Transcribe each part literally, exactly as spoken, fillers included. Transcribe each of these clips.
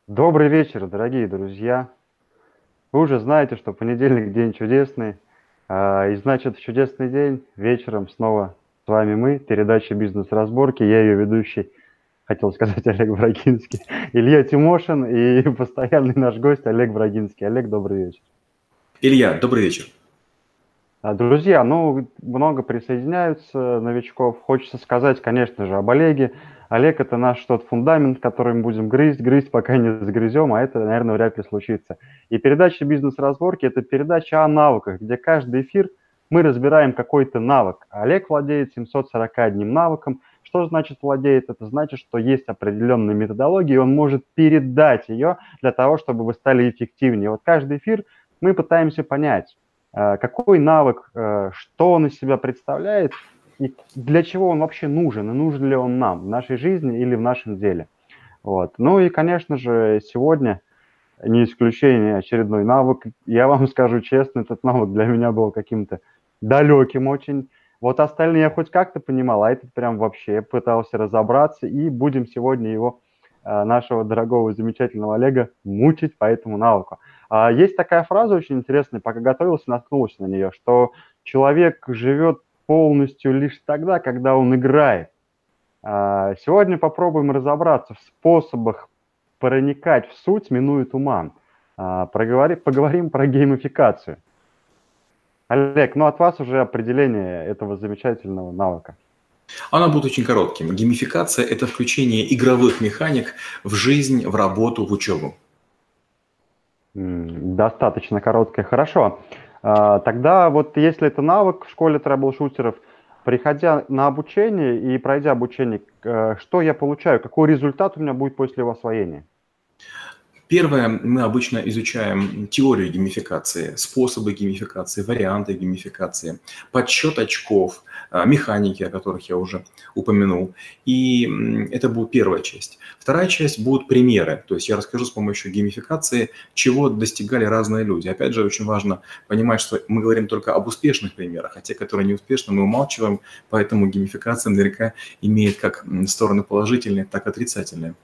Добрый вечер, дорогие друзья. Вы уже знаете, что понедельник– день чудесный, а, и значит, в чудесный день вечером снова с вами мы, передача «Бизнес-разборки». Я ее ведущий, хотел сказать, Олег Брагинский, Илья Тимошин и постоянный наш гость Олег Брагинский. Олег, добрый вечер. Илья, добрый вечер. А, Друзья, ну, много присоединяются новичков. Хочется сказать, конечно же, об Олеге. Олег– это наш тот фундамент, который мы будем грызть, грызть, пока не загрызем, а это, наверное, вряд ли случится. И передача «Бизнес-разборки» – это передача о навыках, где каждый эфир мы разбираем какой-то навык. Олег владеет семьсот сорок одним навыком. Что значит владеет? Это значит, что есть определенная методология, и он может передать ее для того, чтобы вы стали эффективнее. Вот каждый эфир мы пытаемся понять, какой навык, что он из себя представляет и для чего он вообще нужен, и нужен ли он нам в нашей жизни или в нашем деле. Вот. Ну и, конечно же, сегодня не исключение, очередной навык. Я вам скажу честно, этот навык для меня был каким-то далеким очень. Вот остальные я хоть как-то понимал, а этот прям вообще пытался разобраться, и будем сегодня его, нашего дорогого, замечательного Олега, мучить по этому навыку. Есть такая фраза очень интересная, пока готовился, наткнулся на нее, что человек живет полностью лишь тогда, когда он играет. Сегодня попробуем разобраться в способах проникать в суть, минуя туман. Проговори, поговорим про геймификацию. Олег, ну от вас уже определение этого замечательного навыка. Оно будет очень коротким. Геймификация – это включение игровых механик в жизнь, в работу, в учебу. Достаточно короткое, хорошо. Тогда вот если это навык в школе трэблшутеров, приходя на обучение и пройдя обучение, что я получаю, какой результат у меня будет после его освоения? Первое, мы обычно изучаем теорию геймификации, способы геймификации, варианты геймификации, подсчет очков, механики, о которых я уже упомянул. И это будет первая часть. Вторая часть будут примеры. То есть я расскажу с помощью геймификации, чего достигали разные люди. Опять же, очень важно понимать, что мы говорим только об успешных примерах, а те, которые не успешны, мы умалчиваем. Поэтому геймификация наверняка имеет как стороны положительные, так и отрицательные.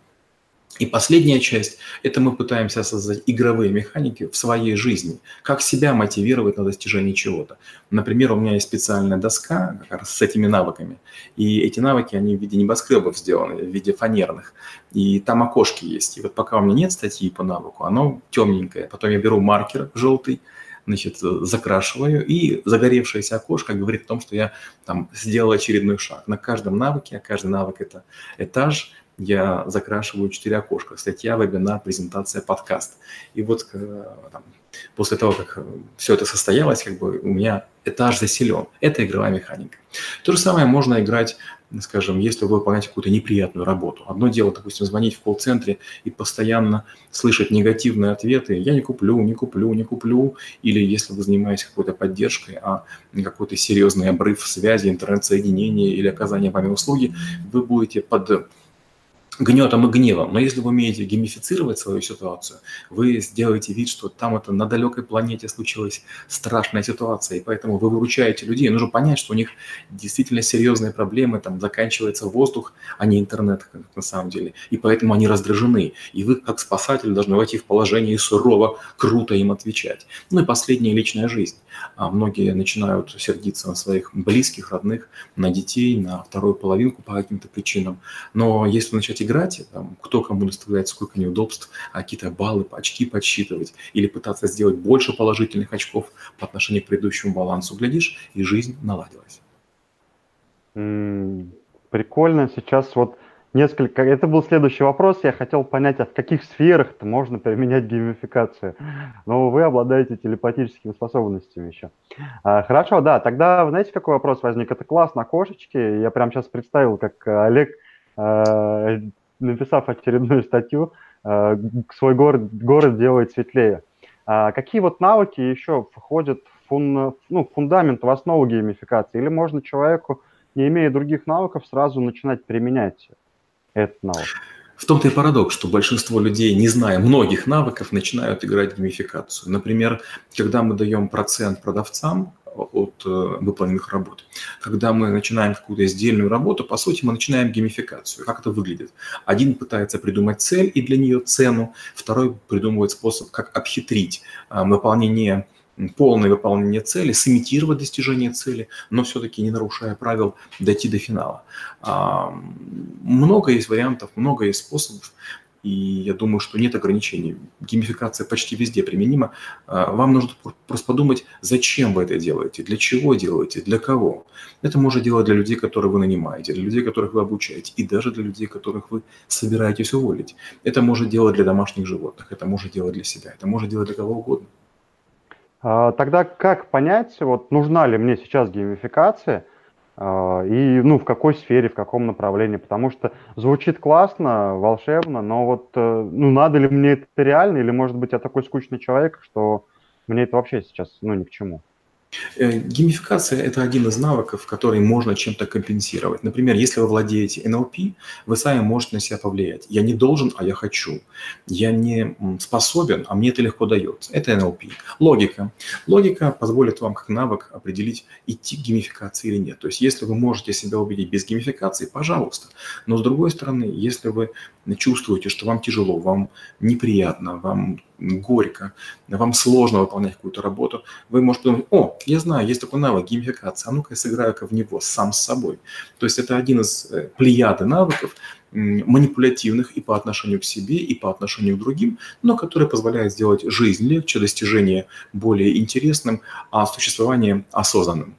И последняя часть – это мы пытаемся создать игровые механики в своей жизни, как себя мотивировать на достижение чего-то. Например, у меня есть специальная доска как раз с этими навыками, и эти навыки, они в виде небоскребов сделаны, в виде фанерных, и там окошки есть. И вот пока у меня нет статьи по навыку, оно темненькое. Потом я беру маркер желтый, значит, закрашиваю, и загоревшееся окошко говорит о том, что я там сделал очередной шаг. На каждом навыке, а каждый навык – это этаж, я закрашиваю четыре окошка: статья, вебинар, презентация, подкаст. И вот там, после того, как все это состоялось, как бы у меня этаж заселен. Это игровая механика. То же самое можно играть, скажем, если вы выполняете какую-то неприятную работу. Одно дело, допустим, звонить в колл-центре и постоянно слышать негативные ответы: «Я не куплю, не куплю, не куплю». Или если вы занимаетесь какой-то поддержкой, а какой-то серьезный обрыв связи, интернет-соединения или оказание вами услуги, вы будете под гнетом и гневом. Но если вы умеете геймифицировать свою ситуацию, вы сделаете вид, что там это на далекой планете случилась страшная ситуация, и поэтому вы выручаете людей. Нужно понять, что у них действительно серьезные проблемы, там заканчивается воздух, а не интернет на самом деле, и поэтому они раздражены. И вы, как спасатель, должны войти в положение и сурово, круто им отвечать. Ну и последняя — личная жизнь. Многие начинают сердиться на своих близких, родных, на детей, на вторую половинку по каким-то причинам. Но если начать играть, там, кто кому доставляет сколько неудобств, а какие-то баллы, очки подсчитывать или пытаться сделать больше положительных очков по отношению к предыдущему балансу, глядишь, и жизнь наладилась. М, Прикольно. Сейчас вот несколько... Это был следующий вопрос. Я хотел понять, а в каких сферах-то можно применять геймификацию? Но вы обладаете телепатическими способностями еще. А, хорошо, да. Тогда, знаете, какой вопрос возник? Это классно, окошечки. Я прямо сейчас представил, как Олег, э, написав очередную статью, э, свой город, город делает светлее. А какие вот навыки еще входят в фун, ну, фундамент, в основу геймификации? Или можно человеку, не имея других навыков, сразу начинать применять этот навык? В том-то и парадокс, что большинство людей, не зная многих навыков, начинают играть в геймификацию. Например, когда мы даем процент продавцам, от выполненных работ. Когда мы начинаем какую-то сдельную работу, по сути, мы начинаем геймификацию. Как это выглядит? Один пытается придумать цель и для нее цену, второй придумывает способ, как обхитрить выполнение, полное выполнение цели, сымитировать достижение цели, но все-таки не нарушая правил дойти до финала. Много есть вариантов, много есть способов. И я думаю, что нет ограничений. Геймификация почти везде применима. Вам нужно просто подумать, зачем вы это делаете, для чего делаете, для кого. Это можно делать для людей, которых вы нанимаете, для людей, которых вы обучаете, и даже для людей, которых вы собираетесь уволить. Это можно делать для домашних животных, это можно делать для себя, это можно делать для кого угодно. Тогда как понять, вот нужна ли мне сейчас геймификация, и ну, в какой сфере, в каком направлении? Потому что звучит классно, волшебно, но вот ну, надо ли мне это реально, или, может быть, я такой скучный человек, что мне это вообще сейчас ну, ни к чему? Геймификация – это один из навыков, который можно чем-то компенсировать. Например, если вы владеете эн эл пи, вы сами можете на себя повлиять. Я не должен, а я хочу. Я не способен, а мне это легко дается. Это эн эл пи. Логика. Логика позволит вам как навык определить, идти к геймификации или нет. То есть, если вы можете себя убедить без геймификации, пожалуйста. Но с другой стороны, если вы чувствуете, что вам тяжело, вам неприятно, вам горько, вам сложно выполнять какую-то работу, вы можете подумать: о, я знаю, есть такой навык геймификация, а ну-ка я сыграю-ка в него сам с собой. То есть это один из плеяды навыков, манипулятивных и по отношению к себе, и по отношению к другим, но который позволяет сделать жизнь легче, достижение более интересным, а существование осознанным.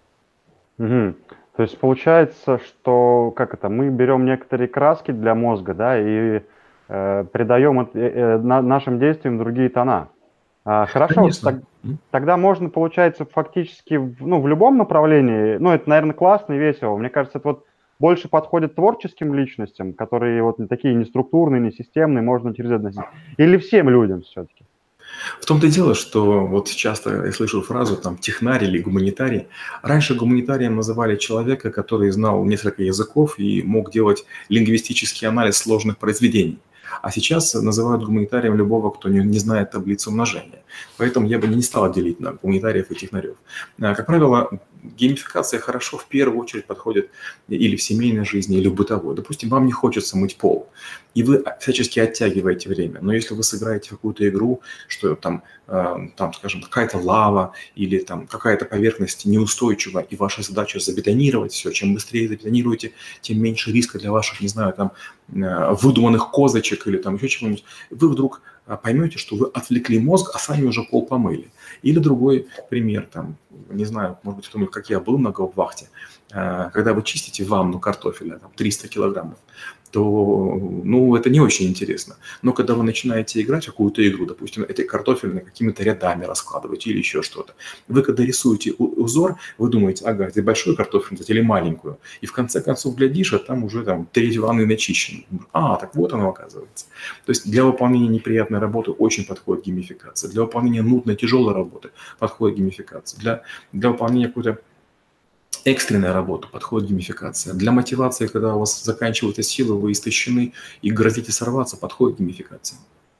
Угу. То есть получается, что как это, мы берем некоторые краски для мозга, да, и э, придаем э, э, на, нашим действиям другие тона. А, хорошо, так, тогда можно, получается, фактически ну, в любом направлении, ну, это, наверное, классно и весело. Мне кажется, это вот больше подходит творческим личностям, которые вот такие не структурные, не системные, можно через это носить. Или всем людям все-таки? В том-то и дело, что вот часто я слышу фразу там технарий или гуманитарий. Раньше гуманитарием называли человека, который знал несколько языков и мог делать лингвистический анализ сложных произведений. А сейчас называют гуманитарием любого, кто не, не знает таблицу умножения. Поэтому я бы не стал делить на гуманитариев и технарев. Как правило, геймификация хорошо в первую очередь подходит или в семейной жизни, или в бытовой. Допустим, вам не хочется мыть пол, и вы всячески оттягиваете время. Но если вы сыграете в какую-то игру, что там, там скажем, какая-то лава или там какая-то поверхность неустойчива, и ваша задача забетонировать все. Чем быстрее забетонируете, тем меньше риска для ваших, не знаю, там выдуманных козочек или там еще чего-нибудь. Вы вдруг поймете, что вы отвлекли мозг, а сами уже пол помыли. Или другой пример, там, не знаю, может быть, кто-нибудь, как я был на гауптвахте, когда вы чистите ванну картофеля, там, триста килограммов, то, ну, это не очень интересно. Но когда вы начинаете играть в какую-то игру, допустим, эти картофельные какими-то рядами раскладывать или еще что-то, вы когда рисуете узор, вы думаете: ага, это большой картофель или маленькую, и в конце концов глядишь, а там уже там треть ванны начищена. А, так вот оно оказывается. То есть для выполнения неприятной работы очень подходит геймификация. Для выполнения нудной, тяжелой работы подходит геймификация. Для, для выполнения какой-то экстренная работа, подходит геймификация. Для мотивации, когда у вас заканчиваются силы, вы истощены и грозите сорваться, подходит геймификация.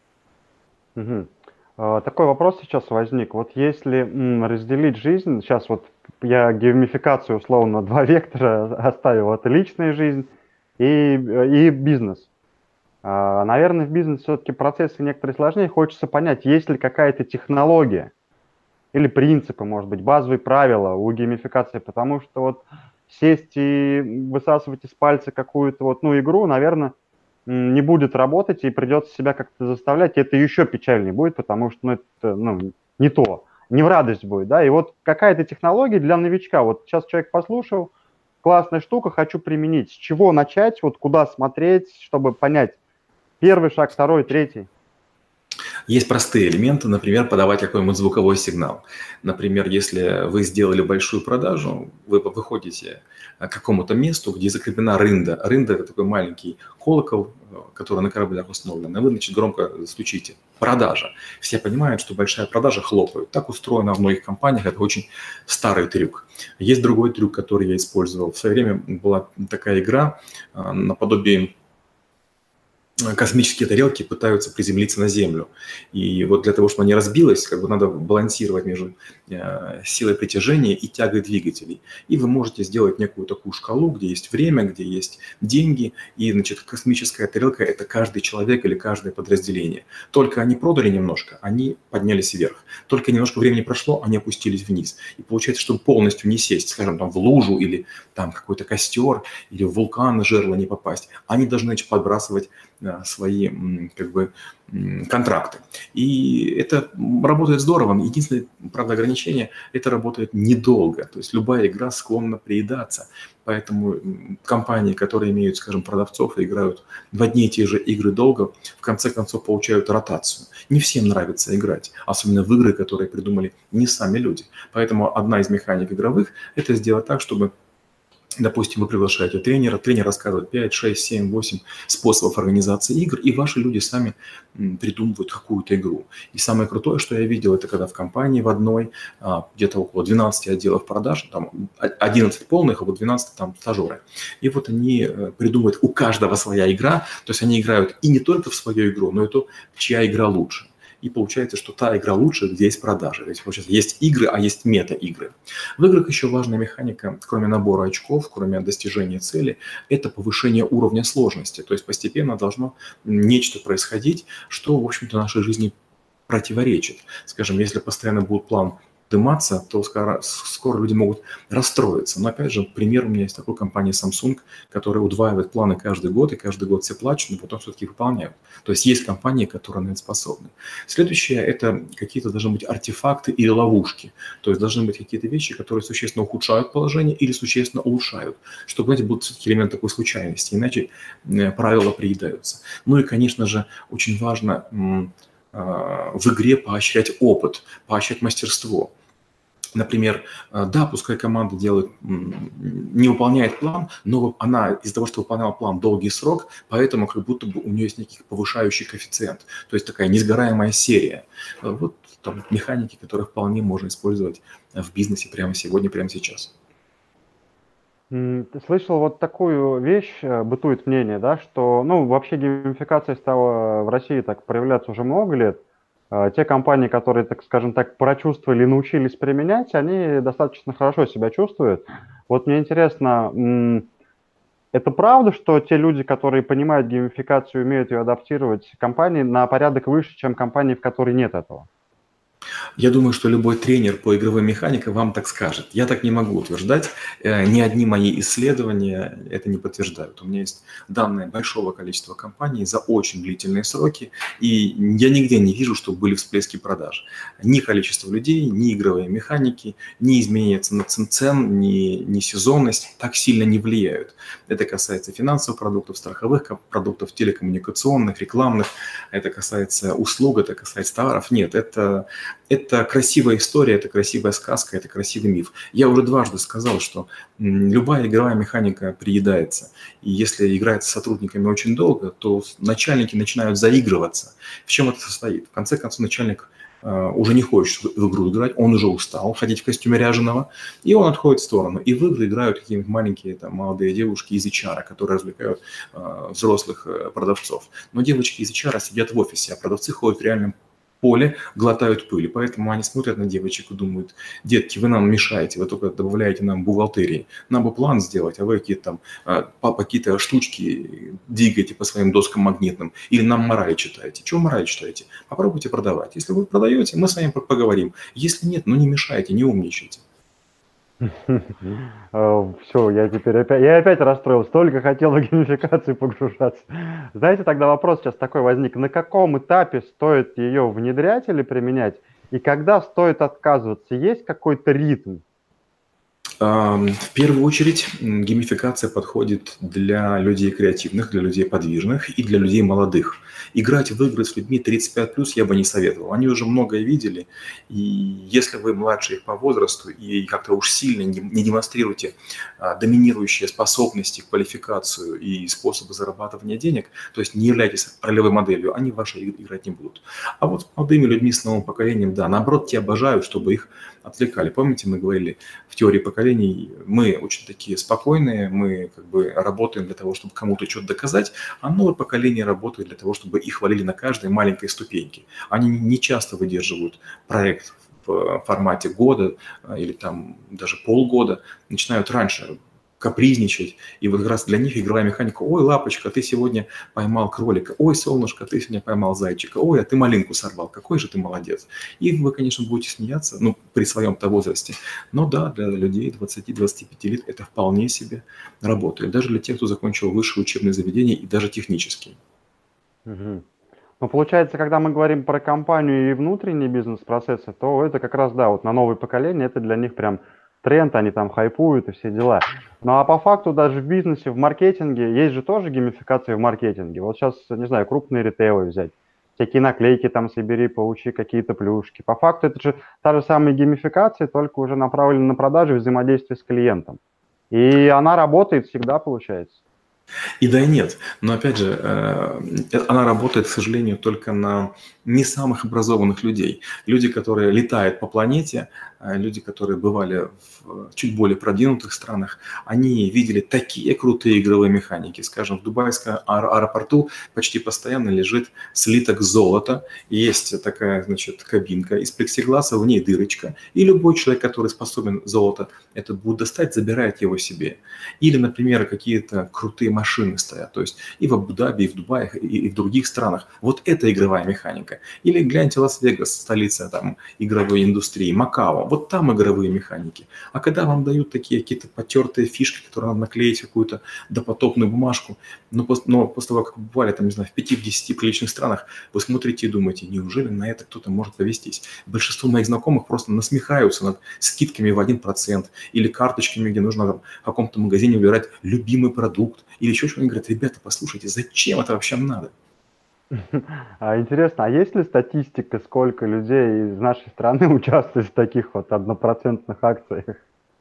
Угу. Такой вопрос сейчас возник. Вот если м, разделить жизнь, сейчас вот я геймификацию условно два вектора оставил, это личная жизнь и, и бизнес. А, наверное, в бизнесе все-таки процессы некоторые сложнее. Хочется понять, есть ли какая-то технология или принципы, может быть, базовые правила у геймификации, потому что вот сесть и высасывать из пальца какую-то вот, ну, игру, наверное, не будет работать, и придется себя как-то заставлять, и это еще печальнее будет, потому что ну, это ну, не то, не в радость будет, да, и вот какая-то технология для новичка, вот сейчас человек послушал, классная штука, хочу применить, с чего начать, вот куда смотреть, чтобы понять первый шаг, второй, третий. Есть простые элементы, например, подавать какой-нибудь звуковой сигнал. Например, если вы сделали большую продажу, вы выходите к какому-то месту, где закреплена рында. Рында – это такой маленький колокол, который на кораблях установлен. И вы, значит, громко стучите. Продажа. Все понимают, что большая продажа хлопают. Так устроено в многих компаниях. Это очень старый трюк. Есть другой трюк, который я использовал. В свое время была такая игра наподобие космические тарелки пытаются приземлиться на Землю. И вот для того, чтобы она не разбилась, как бы надо балансировать между э, силой притяжения и тягой двигателей. И вы можете сделать некую такую шкалу, где есть время, где есть деньги. И, значит, космическая тарелка – это каждый человек или каждое подразделение. Только они продали немножко, они поднялись вверх. Только немножко времени прошло, они опустились вниз. И получается, чтобы полностью не сесть, скажем, там в лужу или там какой-то костер, или в вулкан жерло не попасть, они должны, значит, подбрасывать свои как бы контракты. И это работает здорово. Единственное, правда, ограничение – это работает недолго. То есть любая игра склонна приедаться. Поэтому компании, которые имеют, скажем, продавцов и играют в одни и те же игры долго, в конце концов получают ротацию. Не всем нравится играть, особенно в игры, которые придумали не сами люди. Поэтому одна из механик игровых – это сделать так, чтобы, допустим, вы приглашаете тренера, тренер рассказывает пять, шесть, семь, восемь способов организации игр, и ваши люди сами придумывают какую-то игру. И самое крутое, что я видел, это когда в компании в одной где-то около двенадцати отделов продаж, там одиннадцать полных, а вот двенадцать там стажеры. И вот они придумывают, у каждого своя игра, то есть они играют и не только в свою игру, но и то, чья игра лучше. И получается, что та игра лучше, где есть продажи. То есть, получается, есть игры, а есть мета-игры. В играх еще важная механика, кроме набора очков, кроме достижения цели, это повышение уровня сложности. То есть постепенно должно нечто происходить, что, в общем-то, нашей жизни противоречит. Скажем, если постоянно будет план дыматься, то скоро, скоро люди могут расстроиться. Но опять же, пример у меня есть такой компании Samsung, которая удваивает планы каждый год, и каждый год все плачут, но потом все-таки выполняют. То есть есть компании, которые на это способны. Следующее – это какие-то должны быть артефакты или ловушки. То есть должны быть какие-то вещи, которые существенно ухудшают положение или существенно улучшают. Чтобы, знаете, был все-таки элемент такой случайности, иначе правила приедаются. Ну и, конечно же, очень важно в игре поощрять опыт, поощрять мастерство. Например, да, пускай команда делает, не выполняет план, но она из-за того, что выполняла план долгий срок, поэтому как будто бы у нее есть некий повышающий коэффициент. То есть такая несгораемая серия. Вот там механики, которые вполне можно использовать в бизнесе прямо сегодня, прямо сейчас. Ты слышал вот такую вещь, бытует мнение, да, что, ну, вообще геймификация стала в России так проявляться уже много лет. Те компании, которые, так скажем так, прочувствовали и научились применять, они достаточно хорошо себя чувствуют. Вот мне интересно, это правда, что те люди, которые понимают геймификацию, умеют ее адаптировать, компании на порядок выше, чем компании, в которой нет этого? Я думаю, что любой тренер по игровым механикам вам так скажет. Я так не могу утверждать. Ни одни мои исследования это не подтверждают. У меня есть данные большого количества компаний за очень длительные сроки, и я нигде не вижу, что были всплески продаж. Ни количество людей, ни игровые механики, ни изменение цен, ни, ни сезонность так сильно не влияют. Это касается финансовых продуктов, страховых продуктов, телекоммуникационных, рекламных. Это касается услуг, это касается товаров. Нет, это... Это красивая история, это красивая сказка, это красивый миф. Я уже дважды сказал, что любая игровая механика приедается. И если играется с сотрудниками очень долго, то начальники начинают заигрываться. В чем это состоит? В конце концов, начальник уже не хочет в игру играть, он уже устал ходить в костюме ряженого, и он отходит в сторону. И в игры играют какие-нибудь маленькие там, молодые девушки из эйч ар, которые развлекают э, взрослых э, продавцов. Но девочки из эйч ар сидят в офисе, а продавцы ходят в реальном поле, глотают пыль. Поэтому они смотрят на девочек и думают: детки, вы нам мешаете, вы только добавляете нам бухгалтерии. Нам бы план сделать, а вы какие-то там какие-то штучки двигаете по своим доскам магнитным. Или нам морали читаете. Чего морали читаете? Попробуйте продавать. Если вы продаете, мы с вами поговорим. Если нет, ну не мешайте, не умничайте. Все, я теперь опять, я опять расстроился, только хотел в геймификацию погружаться. Знаете, тогда вопрос сейчас такой возник: на каком этапе стоит ее внедрять или применять, и когда стоит отказываться? Есть какой-то ритм? В первую очередь геймификация подходит для людей креативных, для людей подвижных и для людей молодых. Играть в игры с людьми тридцать пять плюс я бы не советовал. Они уже многое видели, и если вы младше их по возрасту и как-то уж сильно не демонстрируете доминирующие способности, квалификацию и способы зарабатывания денег, то есть не являетесь ролевой моделью, они в ваши игры играть не будут. А вот с молодыми людьми, с новым поколением, да, наоборот, те обожают, чтобы их отвлекали. Помните, мы говорили в теории поколения, поколений мы очень такие спокойные, мы как бы работаем для того, чтобы кому-то что-то доказать, а новое поколение работает для того, чтобы их хвалили на каждой маленькой ступеньке. Они не часто выдерживают проект в формате года или там даже полгода, начинают раньше капризничать, и вот как раз для них игровая механика: ой, лапочка, ты сегодня поймал кролика, ой, солнышко, ты сегодня поймал зайчика, ой, а ты малинку сорвал, какой же ты молодец. И вы, конечно, будете смеяться, ну, при своем-то возрасте, но да, для людей двадцати-двадцати пяти лет это вполне себе работает, даже для тех, кто закончил высшее учебное заведение и даже технические. Мгм. Ну, получается, когда мы говорим про компанию и внутренние бизнес-процессы, то это как раз, да, вот на новое поколение, это для них прям тренд, они там хайпуют и все дела. Ну, а по факту даже в бизнесе, в маркетинге, есть же тоже геймификация в маркетинге. Вот сейчас, не знаю, крупные ритейлы взять, всякие наклейки там собери, получи какие-то плюшки. По факту это же та же самая геймификация, только уже направлена на продажи и взаимодействие с клиентом. И она работает всегда, получается. И да, и нет. Но опять же, э, она работает, к сожалению, только на не самых образованных людей. Люди, которые летают по планете, э, люди, которые бывали в чуть более продвинутых странах, они видели такие крутые игровые механики. Скажем, в дубайском аэро- аэропорту почти постоянно лежит слиток золота. Есть такая, значит, кабинка из плексигласа, в ней дырочка. И любой человек, который способен золото это будет достать, забирает его себе. Или, например, какие-то крутые машины стоят, то есть и в Абу-Даби, и в Дубае, и, и в других странах. Вот это игровая механика. Или гляньте Лас-Вегас, столица там игровой индустрии, Макао, вот там игровые механики. А когда вам дают такие какие-то потертые фишки, которые надо наклеить в какую-то допотопную бумажку, но после, но после того, как вы бывали там, не знаю, в пяти-десяти приличных странах, вы смотрите и думаете, неужели на это кто-то может повестись? Большинство моих знакомых просто насмехаются над скидками в один процент или карточками, где нужно там, в каком-то магазине выбирать любимый продукт или еще что-нибудь. Они говорят, ребята, послушайте, зачем это вообще надо? А интересно, а есть ли статистика, сколько людей из нашей страны участвует в таких вот однопроцентных акциях?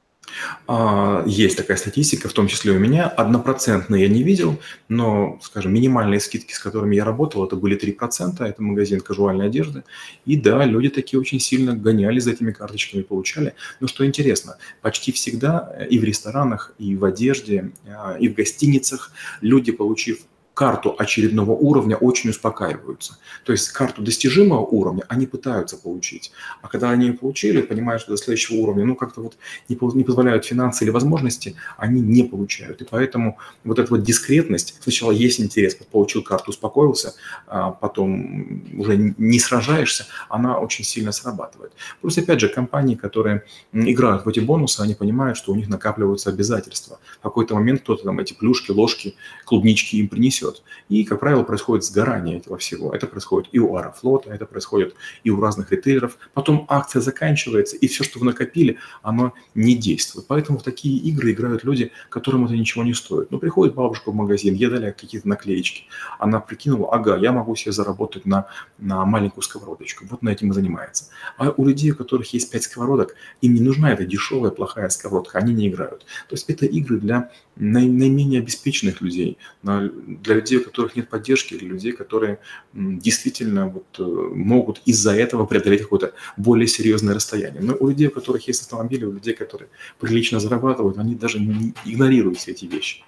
А, Есть такая статистика, в том числе у меня. Однопроцентные я не видел, но, скажем, минимальные скидки, с которыми я работал, это были три процента, это магазин кажуальной одежды. И да, люди такие очень сильно гонялись за этими карточками, получали. Но что интересно, почти всегда и в ресторанах, и в одежде, а, и в гостиницах люди, получив карту очередного уровня, очень успокаиваются. То есть карту достижимого уровня они пытаются получить. А когда они ее получили, понимают, что до следующего уровня, ну, как-то вот не, не позволяют финансы или возможности, они не получают. И поэтому вот эта вот дискретность, сначала есть интерес, получил карту, успокоился, а потом уже не сражаешься, она очень сильно срабатывает. Плюс, опять же, компании, которые играют в эти бонусы, они понимают, что у них накапливаются обязательства. В какой-то момент кто-то там эти плюшки, ложки, клубнички им принесет. И, как правило, происходит сгорание этого всего. Это происходит и у Аэрофлота, это происходит и у разных ритейлеров. Потом акция заканчивается, и все, что вы накопили, оно не действует. Поэтому в такие игры играют люди, которым это ничего не стоит. Ну, приходит бабушка в магазин, ей дали какие-то наклеечки. Она прикинула, ага, я могу себе заработать на, на маленькую сковородочку. Вот на этим и занимается. А у людей, у которых есть пять сковородок, им не нужна эта дешевая, плохая сковородка. Они не играют. То есть это игры для наименее обеспеченных людей, для людей, у которых нет поддержки, или людей, которые действительно вот могут из-за этого преодолеть какое-то более серьезное расстояние. Но у людей, у которых есть автомобили, у людей, которые прилично зарабатывают, они даже не игнорируют все эти вещи.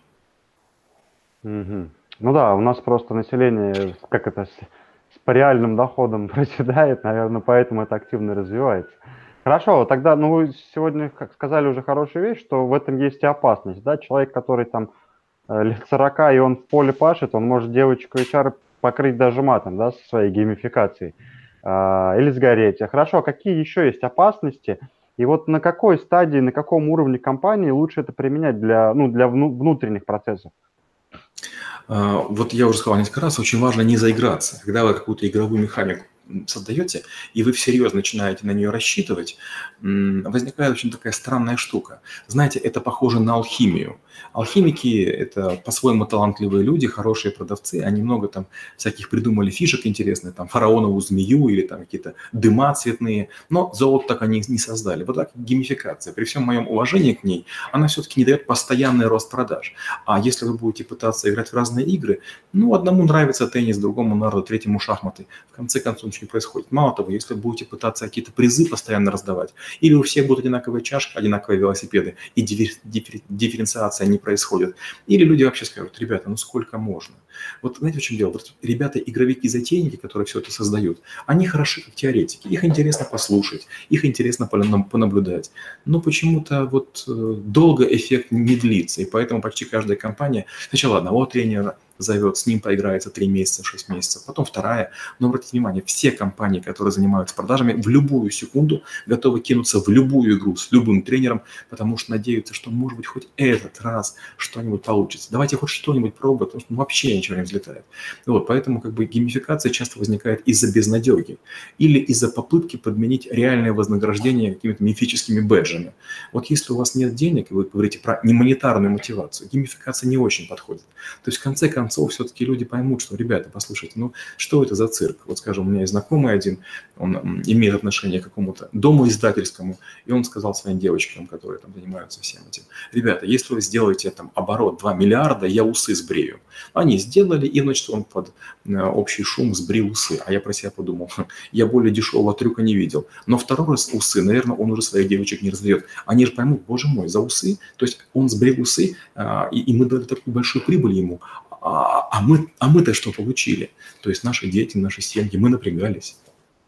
Мгм. Ну да, у нас просто население, как это, с, с по реальным доходом проседает, наверное, поэтому это активно развивается. Хорошо, тогда, ну, вы сегодня как сказали уже хорошую вещь, что в этом есть и опасность, да, человек, который там э, лет сорока, и он в поле пашет, он может девочку эйч ар покрыть даже матом, да, со своей геймификацией, а, или сгореть. А хорошо, а какие еще есть опасности? И вот на какой стадии, на каком уровне компании лучше это применять для, ну, для вну- внутренних процессов? Вот я уже сказал несколько раз, очень важно не заиграться. Когда вы какую-то игровую механику создаете, и вы всерьез начинаете на нее рассчитывать, возникает очень такая странная штука. Знаете, это похоже на алхимию. Алхимики – это по-своему талантливые люди, хорошие продавцы, они много там всяких придумали фишек интересных, там фараонову змею или там какие-то дыма цветные, но золото так они не создали. Вот так геймификация, при всем моем уважении к ней, она все-таки не дает постоянный рост продаж. А если вы будете пытаться играть в разные игры, ну, одному нравится теннис, другому, наверное, третьему шахматы, в конце концов, ничего не происходит. Мало того, если вы будете пытаться какие-то призы постоянно раздавать, или у всех будут одинаковые чашки, одинаковые велосипеды, и дифференциация не происходит, или люди вообще скажут: ребята, ну сколько можно? Вот знаете, в чем дело? Вот ребята, игровики-затейники, которые все это создают, они хороши как теоретики, их интересно послушать, их интересно понаблюдать. Но почему-то вот долго эффект не длится, и поэтому почти каждая компания сначала одного тренера зовет, с ним поиграется три месяца, шесть месяцев, потом вторая. Но обратите внимание, все компании, которые занимаются продажами, в любую секунду готовы кинуться в любую игру с любым тренером, потому что надеются, что, может быть, хоть этот раз что-нибудь получится. Давайте хоть что-нибудь пробовать, потому что ну, вообще ничего не взлетает. Вот, поэтому как бы геймификация часто возникает из-за безнадеги или из-за попытки подменить реальное вознаграждение какими-то мифическими бэджами. Вот если у вас нет денег, и вы говорите про немонетарную мотивацию, геймификация не очень подходит. То есть в конце концов концов все-таки люди поймут, что, ребята, послушайте, ну что это за цирк? Вот, скажем, у меня есть знакомый один, он имеет отношение к какому-то дому издательскому, и он сказал своим девочкам, которые там занимаются всем этим: ребята, если вы сделаете там оборот два миллиарда, я усы сбрею. Они сделали, и, значит, он под общий шум сбрил усы. А я про себя подумал: я более дешевого трюка не видел. Но второй раз усы, наверное, он уже своих девочек не раздает. Они же поймут: боже мой, за усы. То есть он сбрил усы, и, и мы дали такую большую прибыль ему. А, а, мы, а мы-то что получили? То есть наши дети, наши семьи, мы напрягались.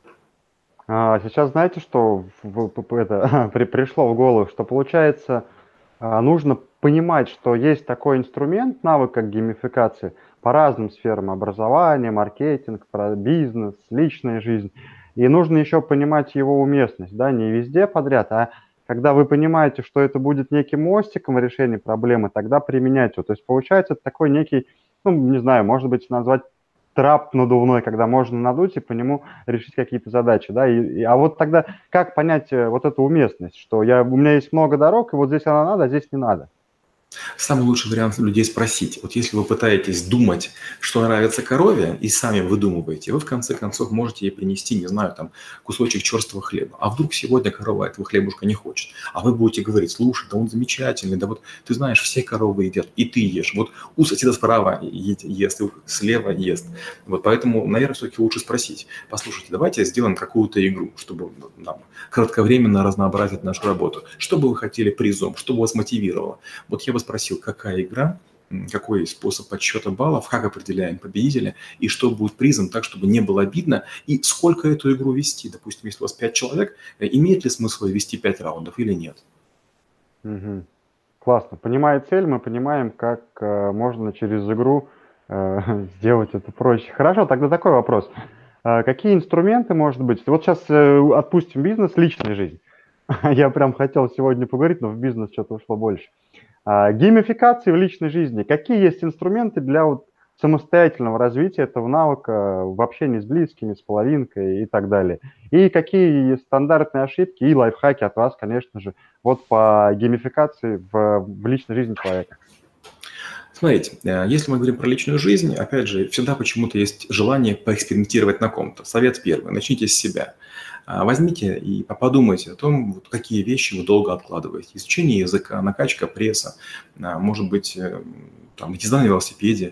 А, сейчас знаете, что в, в, это, при, пришло в голову, что получается, нужно понимать, что есть такой инструмент, навык, как геймификация, по разным сферам: образование, маркетинг, бизнес, личная жизнь. И нужно еще понимать его уместность, да, не везде подряд, а когда вы понимаете, что это будет неким мостиком в решении проблемы, тогда применять его. То есть получается это такой некий, ну, не знаю, может быть, назвать трап надувной, когда можно надуть и по нему решить какие-то задачи, да, и, и, а вот тогда как понять вот эту уместность, что я, у меня есть много дорог, и вот здесь она надо, а здесь не надо? Самый лучший вариант людей спросить. Вот если вы пытаетесь думать, что нравится корове, и сами выдумываете, вы в конце концов можете ей принести, не знаю, там, кусочек черствого хлеба. А вдруг сегодня корова этого хлебушка не хочет? А вы будете говорить: слушай, да он замечательный, да вот ты знаешь, все коровы едят, и ты ешь. Вот у соседа справа ест, и слева ест. Вот поэтому, наверное, все-таки лучше спросить: послушайте, давайте сделаем какую-то игру, чтобы нам кратковременно разнообразить нашу работу. Что бы вы хотели призом, что бы вас мотивировало? Вот я бы спросил, какая игра, какой способ подсчета баллов, как определяем победителя, и что будет призом, так, чтобы не было обидно, и сколько эту игру вести. Допустим, если у вас пять человек, имеет ли смысл вести пять раундов или нет? Угу. Классно. Понимая цель, мы понимаем, как э, можно через игру э, сделать это проще. Хорошо, тогда такой вопрос. Э, какие инструменты, может быть, вот сейчас э, отпустим бизнес, личная жизнь. Я прям хотел сегодня поговорить, но в бизнес что-то ушло больше. Геймификации в личной жизни. Какие есть инструменты для вот самостоятельного развития этого навыка в общении с близкими, с половинкой и так далее? И какие стандартные ошибки и лайфхаки от вас, конечно же, вот по геймификации в, в личной жизни человека? Смотрите, если мы говорим про личную жизнь, опять же, всегда почему-то есть желание поэкспериментировать на ком-то. Совет первый: начните с себя. Возьмите и подумайте о том, какие вещи вы долго откладываете. Изучение языка, накачка пресса, может быть, там, езда на велосипеде.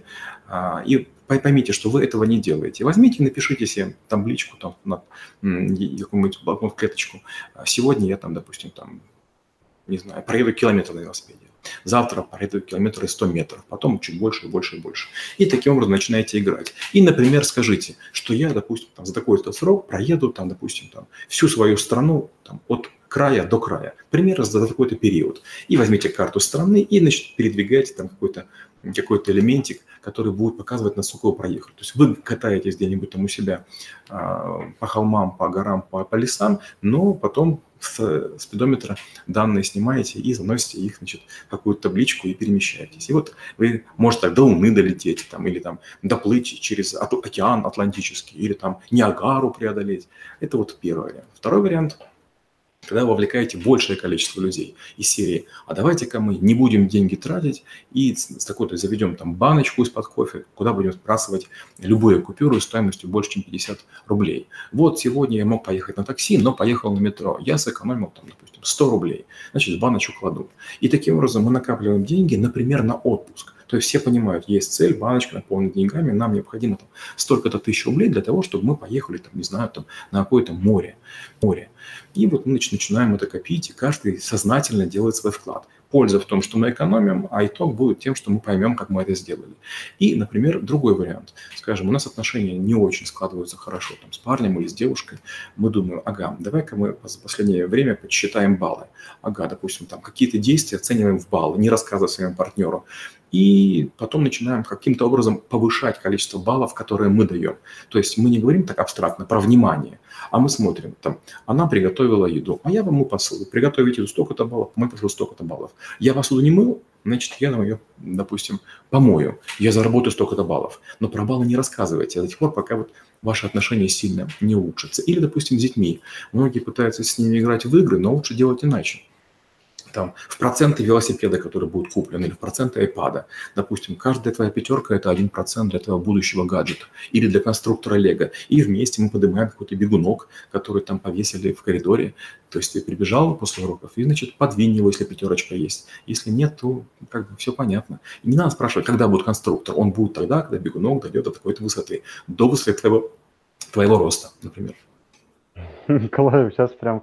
И поймите, что вы этого не делаете. Возьмите и напишите себе табличку, там, на какую-нибудь клеточку. Сегодня я, там, допустим, там, не знаю, проеду километр на велосипеде. Завтра проеду километры сто метров, потом чуть больше, и больше, и больше. И таким образом начинаете играть. И, например, скажите, что я, допустим, там, за такой-то срок проеду, там, допустим, там, всю свою страну там, от края до края, примерно за такой-то период. И возьмите карту страны и, значит, передвигайте там какой-то какой-то элементик, который будет показывать, насколько вы проехали. То есть вы катаетесь где-нибудь там у себя а, по холмам, по горам, по, по лесам, но потом с спидометра данные снимаете и заносите их, значит, в какую-то табличку и перемещаетесь. И вот вы можете так до Луны долететь, там, или там доплыть через океан Атлантический, или там Ниагару преодолеть. Это вот первый вариант. Второй вариант – когда вы вовлекаете большее количество людей из серии: а давайте-ка мы не будем деньги тратить и с такой-то заведем там баночку из-под кофе, куда будем сбрасывать любую купюру стоимостью больше, чем пятьдесят рублей. Вот сегодня я мог поехать на такси, но поехал на метро. Я сэкономил там, допустим, сто рублей. Значит, в баночку кладу. И таким образом мы накапливаем деньги, например, на отпуск. То есть все понимают, есть цель, баночка наполнена деньгами, нам необходимо там столько-то тысяч рублей для того, чтобы мы поехали, там, не знаю, там, на какое-то море. море. И вот мы начинаем это копить, и каждый сознательно делает свой вклад. Польза в том, что мы экономим, а итог будет тем, что мы поймем, как мы это сделали. И, например, другой вариант. Скажем, у нас отношения не очень складываются хорошо там, с парнем или с девушкой. Мы думаем, ага, давай-ка мы за последнее время подсчитаем баллы. Ага, допустим, там какие-то действия оцениваем в баллы, не рассказывая своему партнеру. И потом начинаем каким-то образом повышать количество баллов, которые мы даем. То есть мы не говорим так абстрактно про внимание, а мы смотрим, там, она приготовила еду, а я вам посуду. Приготовить еду столько-то баллов, мы посуду столько-то баллов. Я посуду не мыл, значит, я там ее, допустим, помою. Я заработаю столько-то баллов. Но про баллы не рассказывайте до тех пор, пока вот ваши отношения сильно не улучшатся. Или, допустим, с детьми. Многие пытаются с ними играть в игры, но лучше делать иначе. Там, в проценты велосипеда, который будет куплен, или в проценты айпада. Допустим, каждая твоя пятерка – это один процент для твоего будущего гаджета. Или для конструктора Лего. И вместе мы поднимаем какой-то бегунок, который там повесили в коридоре. То есть ты прибежал после уроков и, значит, подвинь его, если пятерочка есть. Если нет, то как бы все понятно. И не надо спрашивать, когда будет конструктор. Он будет тогда, когда бегунок дойдет до такой-то высоты. До высоты твоего, твоего роста, например. Николай, сейчас прям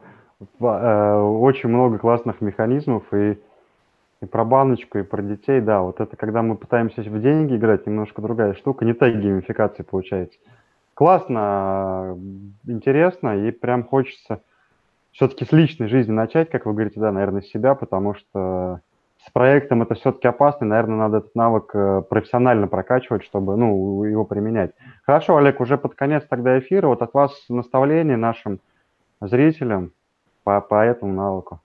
э, очень много классных механизмов и, и про баночку, и про детей. Да, вот это когда мы пытаемся в деньги играть, немножко другая штука, не та геймификация получается. Классно, интересно, и прям хочется все-таки с личной жизни начать, как вы говорите, да, наверное, с себя, потому что с проектом это все-таки опасно, и, наверное, надо этот навык э, профессионально прокачивать, чтобы, ну, его применять. Хорошо, Олег, уже под конец тогда эфира, вот от вас наставление нашим зрителям по, по этому навыку.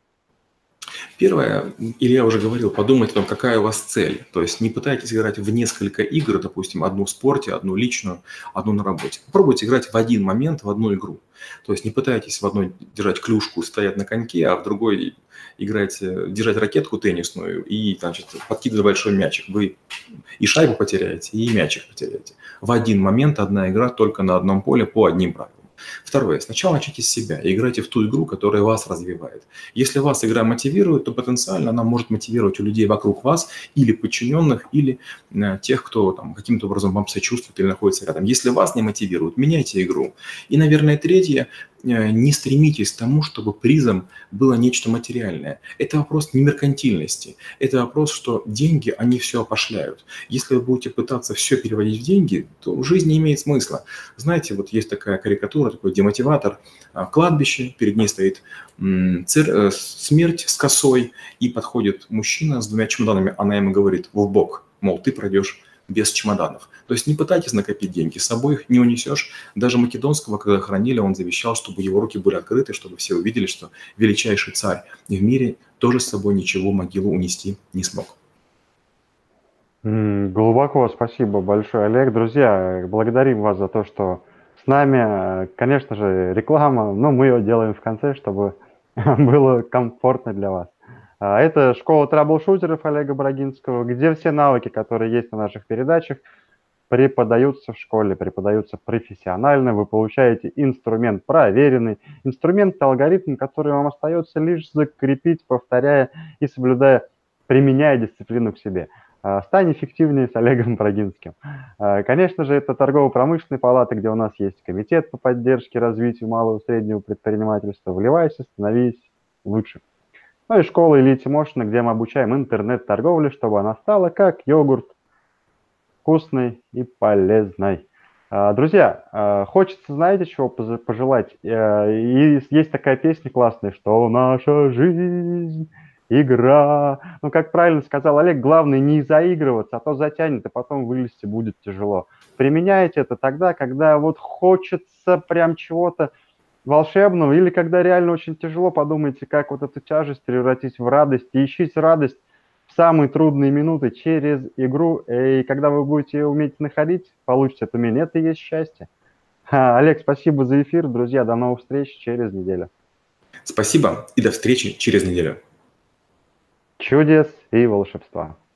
Первое, Илья уже говорил, подумайте о том, какая у вас цель. То есть не пытайтесь играть в несколько игр, допустим, одну в спорте, одну личную, одну на работе. Попробуйте играть в один момент в одну игру. То есть не пытайтесь в одной держать клюшку, стоять на коньке, а в другой играть, держать ракетку теннисную и, значит, подкидывать большой мячик. Вы и шайбу потеряете, и мячик потеряете. В один момент одна игра только на одном поле по одним правилам. Второе. Сначала начните с себя и играйте в ту игру, которая вас развивает. Если вас игра мотивирует, то потенциально она может мотивировать у людей вокруг вас или подчиненных, или э, тех, кто там, каким-то образом вам сочувствует или находится рядом. Если вас не мотивирует, меняйте игру. И, наверное, третье. Не стремитесь к тому, чтобы призом было нечто материальное. Это вопрос не меркантильности. Это вопрос, что деньги, они все опошляют. Если вы будете пытаться все переводить в деньги, то жизнь не имеет смысла. Знаете, вот есть такая карикатура, такой демотиватор. Кладбище, перед ней стоит цер... смерть с косой, и подходит мужчина с двумя чемоданами. Она ему говорит в бок, мол, ты пройдешь без чемоданов. То есть не пытайтесь накопить деньги, с собой их не унесешь. Даже Македонского, когда хоронили, он завещал, чтобы его руки были открыты, чтобы все увидели, что величайший царь в мире тоже с собой ничего в могилу унести не смог. Глубоко спасибо большое, Олег. Друзья, благодарим вас за то, что с нами. Конечно же, реклама, но мы ее делаем в конце, чтобы было комфортно для вас. Это школа трэблшутеров Олега Брагинского, где все навыки, которые есть на наших передачах, преподаются в школе, преподаются профессионально. Вы получаете инструмент проверенный, инструмент, алгоритм, который вам остается лишь закрепить, повторяя и соблюдая, применяя дисциплину к себе. Стань эффективнее с Олегом Брагинским. Конечно же, это торгово-промышленная палата, где у нас есть комитет по поддержке развитию малого и среднего предпринимательства. Вливайся, становись лучше. Ну и школа Ильи Тимошина, где мы обучаем интернет-торговле, чтобы она стала как йогурт, вкусной и полезной. Друзья, хочется, знаете, чего пожелать? И есть такая песня классная, что наша жизнь игра. Ну, как правильно сказал Олег, главное не заигрываться, а то затянет, и потом вылезти будет тяжело. Применяйте это тогда, когда вот хочется прям чего-то волшебного, или когда реально очень тяжело, подумайте, как вот эту тяжесть превратить в радость, и ищите радость в самые трудные минуты через игру, и когда вы будете уметь находить, получите это умение, это и есть счастье. Олег, спасибо за эфир, друзья, до новых встреч через неделю. Спасибо и до встречи через неделю. Чудес и волшебства.